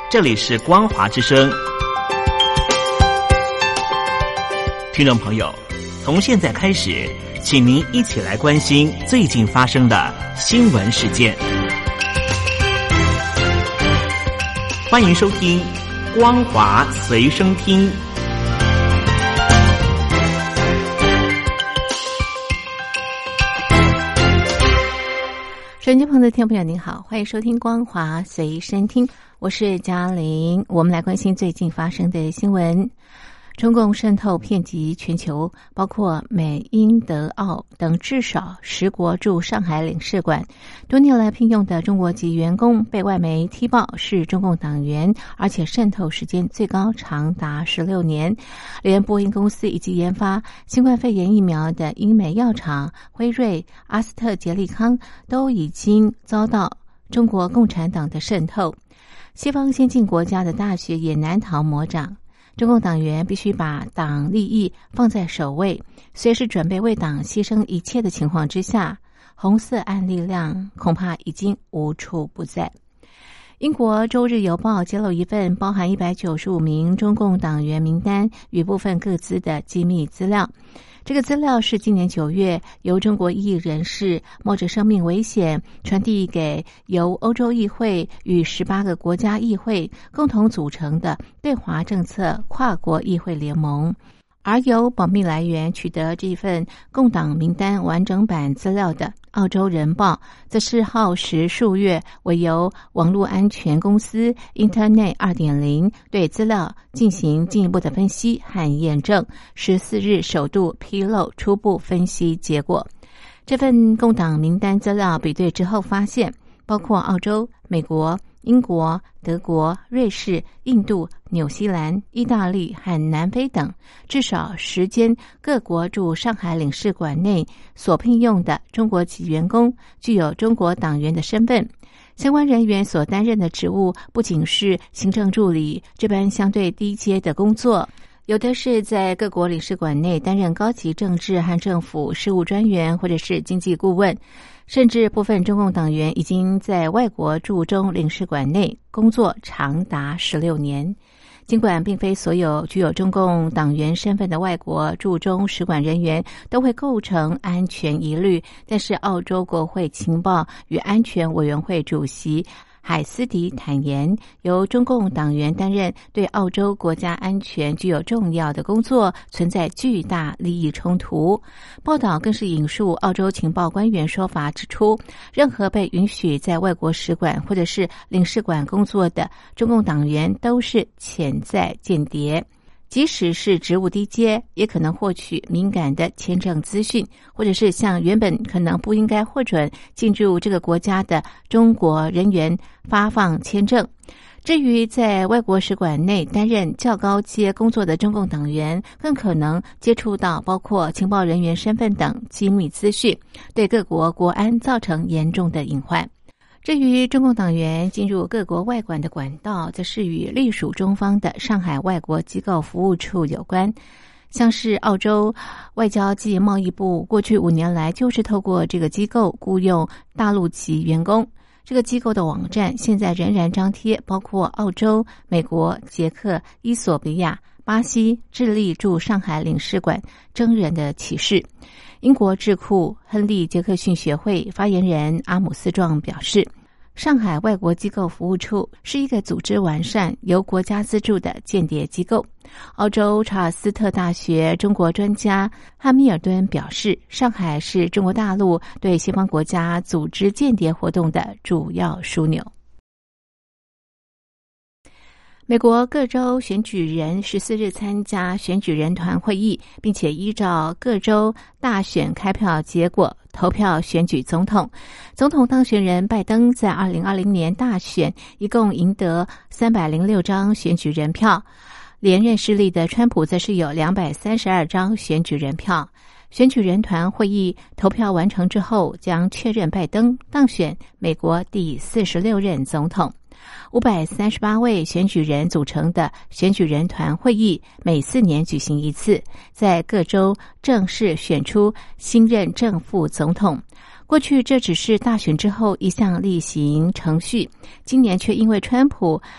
这里是光华之声。听众朋友，从现在开始，请您一起来关心最近发生的新闻事件。欢迎收听光华随声听。 手机旁的听众朋友您好，欢迎收听光华随身听，我是嘉玲。我们来关心最近发生的新闻。中共渗透遍及全球，包括美、英、德、澳等至少10国驻上海领事馆。多年来聘用的中国籍员工被外媒踢爆是中共党员，而且渗透时间最高长达16年。连波音公司以及研发新冠肺炎疫苗的英美药厂辉瑞、阿斯特捷利康都已经遭到中国共产党的渗透。西方先进国家的大学也难逃魔掌。中共党员必须把党利益放在首位，随时准备为党牺牲一切的情况之下，红色暗力量恐怕已经无处不在。英国周日邮报揭露一份包含195名中共党员名单与部分个资的机密资料。这个资料是今年9月由中国异议人士冒着生命危险传递给由欧洲议会与18个国家议会共同组成的对华政策跨国议会联盟。而由保密来源取得这份共党名单完整版资料的澳洲人报，则是耗时数月，为由网络安全公司 Internet 2.0 对资料进行进一步的分析和验证，14日首度披露初步分析结果。这份共党名单资料比对之后发现，包括澳洲、美国、英国、德国、瑞士、印度、纽西兰、意大利和南非等至少10间各国驻上海领事馆内所聘用的中国籍员工具有中国党员的身份。相关人员所担任的职务不仅是行政助理这般相对低阶的工作，有的是在各国领事馆内担任高级政治和政府事务专员或者是经济顾问，甚至部分中共党员已经在外国驻中领事馆内工作长达16年。尽管并非所有具有中共党员身份的外国驻中使馆人员都会构成安全疑虑，但是澳洲国会情报与安全委员会主席海斯迪坦言，由中共党员担任对澳洲国家安全具有重要的工作，存在巨大利益冲突。报道更是引述澳洲情报官员说法，指出任何被允许在外国使馆或者是领事馆工作的中共党员都是潜在间谍。即使是职务低阶，也可能获取敏感的签证资讯，或者是向原本可能不应该获准进入这个国家的中国人员发放签证。至于在外国使馆内担任较高阶工作的中共党员，更可能接触到包括情报人员身份等机密资讯，对各国国安造成严重的隐患。至于中共党员进入各国外馆的管道，则是与隶属中方的上海外国机构服务处有关。像是澳洲外交暨贸易部过去5年来就是透过这个机构雇用大陆籍员工。这个机构的网站现在仍然张贴包括澳洲、美国、捷克、伊索比亚、巴西、智利驻上海领事馆征人的启事。英国智库亨利·杰克逊学会发言人阿姆斯壮表示，上海外国机构服务处是一个组织完善、由国家资助的间谍机构。澳洲查尔斯特大学中国专家汉密尔顿表示，上海是中国大陆对西方国家组织间谍活动的主要枢纽。美国各州选举人14日参加选举人团会议，并且依照各州大选开票结果投票选举总统。总统当选人拜登在2020年大选一共赢得306张选举人票，连任失利的川普则是有232张选举人票。选举人团会议投票完成之后，将确认拜登当选美国第46任总统。538位选举人组成的选举人团会议每4年举行一次，在各州正式选出新任正副总统。过去这只是大选之后一项例行程序，今年却因为川普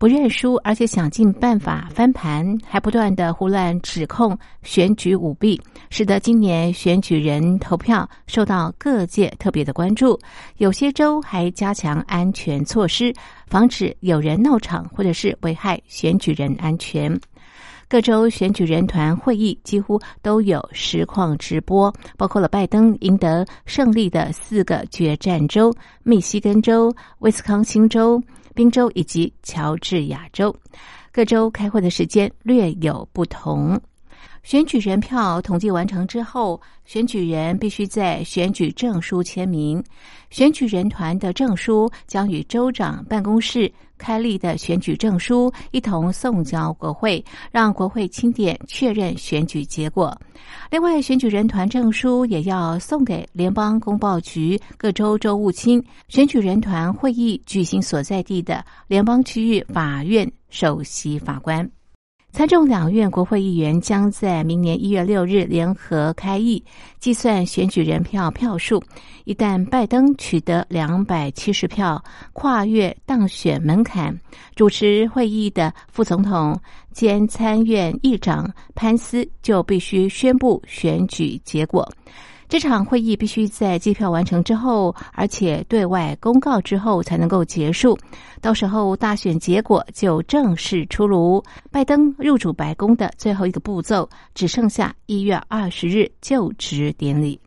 不认输，而且想尽办法翻盘，还不断的胡乱指控选举舞弊，使得今年选举人投票受到各界特别的关注。有些州还加强安全措施，防止有人闹场或者是危害选举人安全。各州选举人团会议几乎都有实况直播，包括了拜登赢得胜利的4个决战州：密西根州、威斯康星州、宾州以及乔治亚州。各州开会的时间略有不同。选举人票统计完成之后，选举人必须在选举证书签名。选举人团的证书将与州长办公室开立的选举证书一同送交国会，让国会钦点确认选举结果。另外，选举人团证书也要送给联邦公报局各州州务卿、选举人团会议举行所在地的联邦区域法院首席法官。参众两院国会议员将在明年1月6日联合开议，计算选举人票票数。一旦拜登取得270票，跨越当选门槛，主持会议的副总统兼参院议长潘斯就必须宣布选举结果。这场会议必须在计票完成之后，而且对外公告之后才能够结束。到时候大选结果就正式出炉，拜登入主白宫的最后一个步骤只剩下1月20日就职典礼。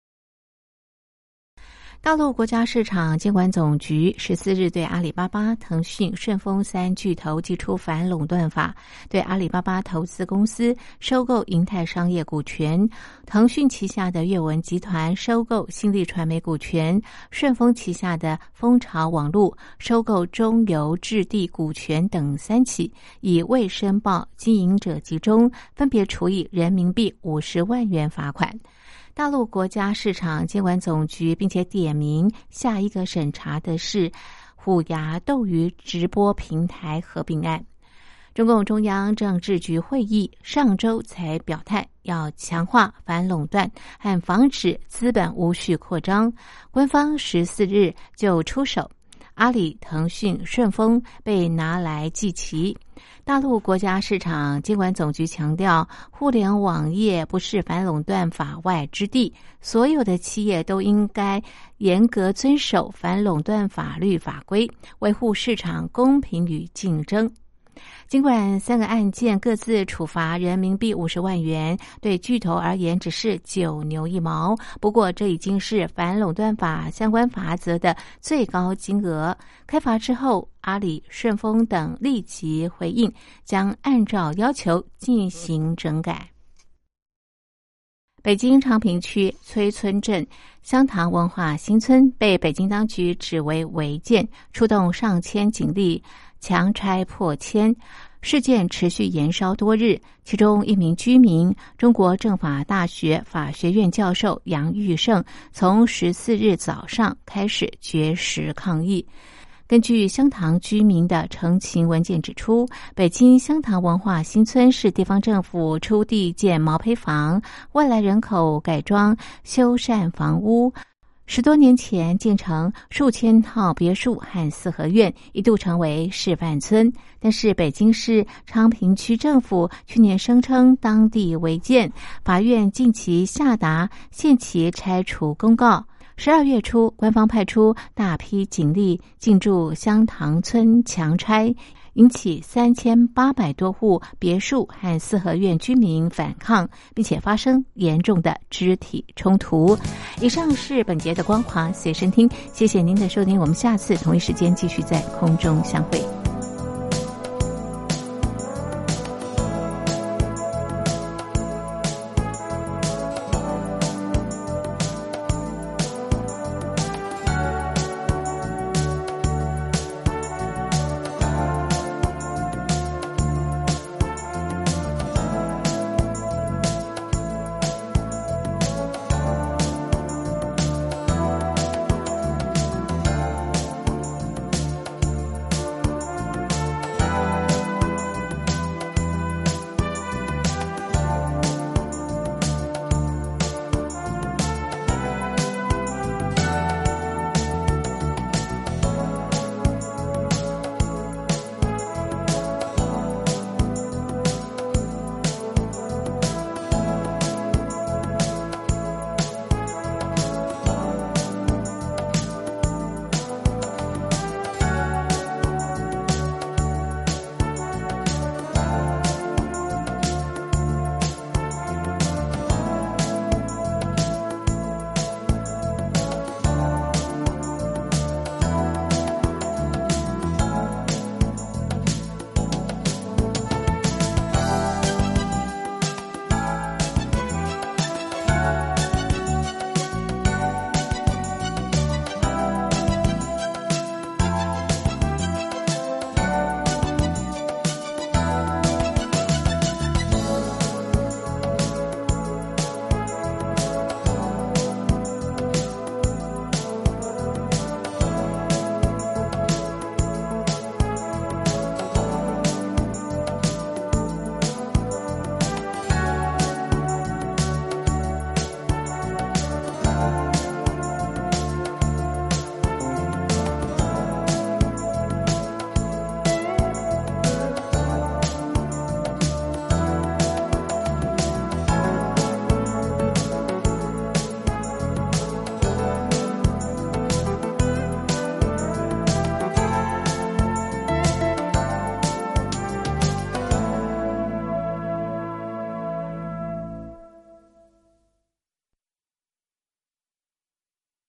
大陆国家市场监管总局14日对阿里巴巴、腾讯、顺丰3巨头祭出反垄断法，对阿里巴巴投资公司收购银泰商业股权，腾讯旗下的阅文集团收购新力传媒股权，顺丰旗下的蜂巢网络收购中邮置地股权等3起以未申报经营者集中，分别处以人民币50万元罚款。大陆国家市场监管总局并且点名下一个审查的是虎牙斗鱼直播平台合并案。中共中央政治局会议上周才表态，要强化反垄断和防止资本无序扩张。官方14日就出手，阿里、腾讯、顺丰被拿来祭旗。大陆国家市场监管总局强调，互联网业不是反垄断法外之地，所有的企业都应该严格遵守反垄断法律法规，维护市场公平与竞争。尽管3个案件各自处罚人民币50万元，对巨头而言只是9牛1毛，不过这已经是反垄断法相关罚则的最高金额。开罚之后，阿里、顺丰等立即回应，将按照要求进行整改。北京昌平区崔村镇香堂文化新村被北京当局指为违建，出动上千警力强拆破迁，事件持续延烧多日。其中一名居民，中国政法大学法学院教授杨玉胜，从14日早上开始绝食抗议。根据香堂居民的澄清文件指出，北京香堂文化新村是地方政府出地建毛坯房，外来人口改装修缮房屋。10多年前建成数千套别墅和四合院，一度成为示范村。但是北京市昌平区政府去年声称当地违建，法院近期下达限期拆除公告。12月初，官方派出大批警力进驻香堂村强拆，引起3800多户别墅和四合院居民反抗，并且发生严重的肢体冲突。以上是本节的光华随身听，谢谢您的收听，我们下次同一时间继续在空中相会。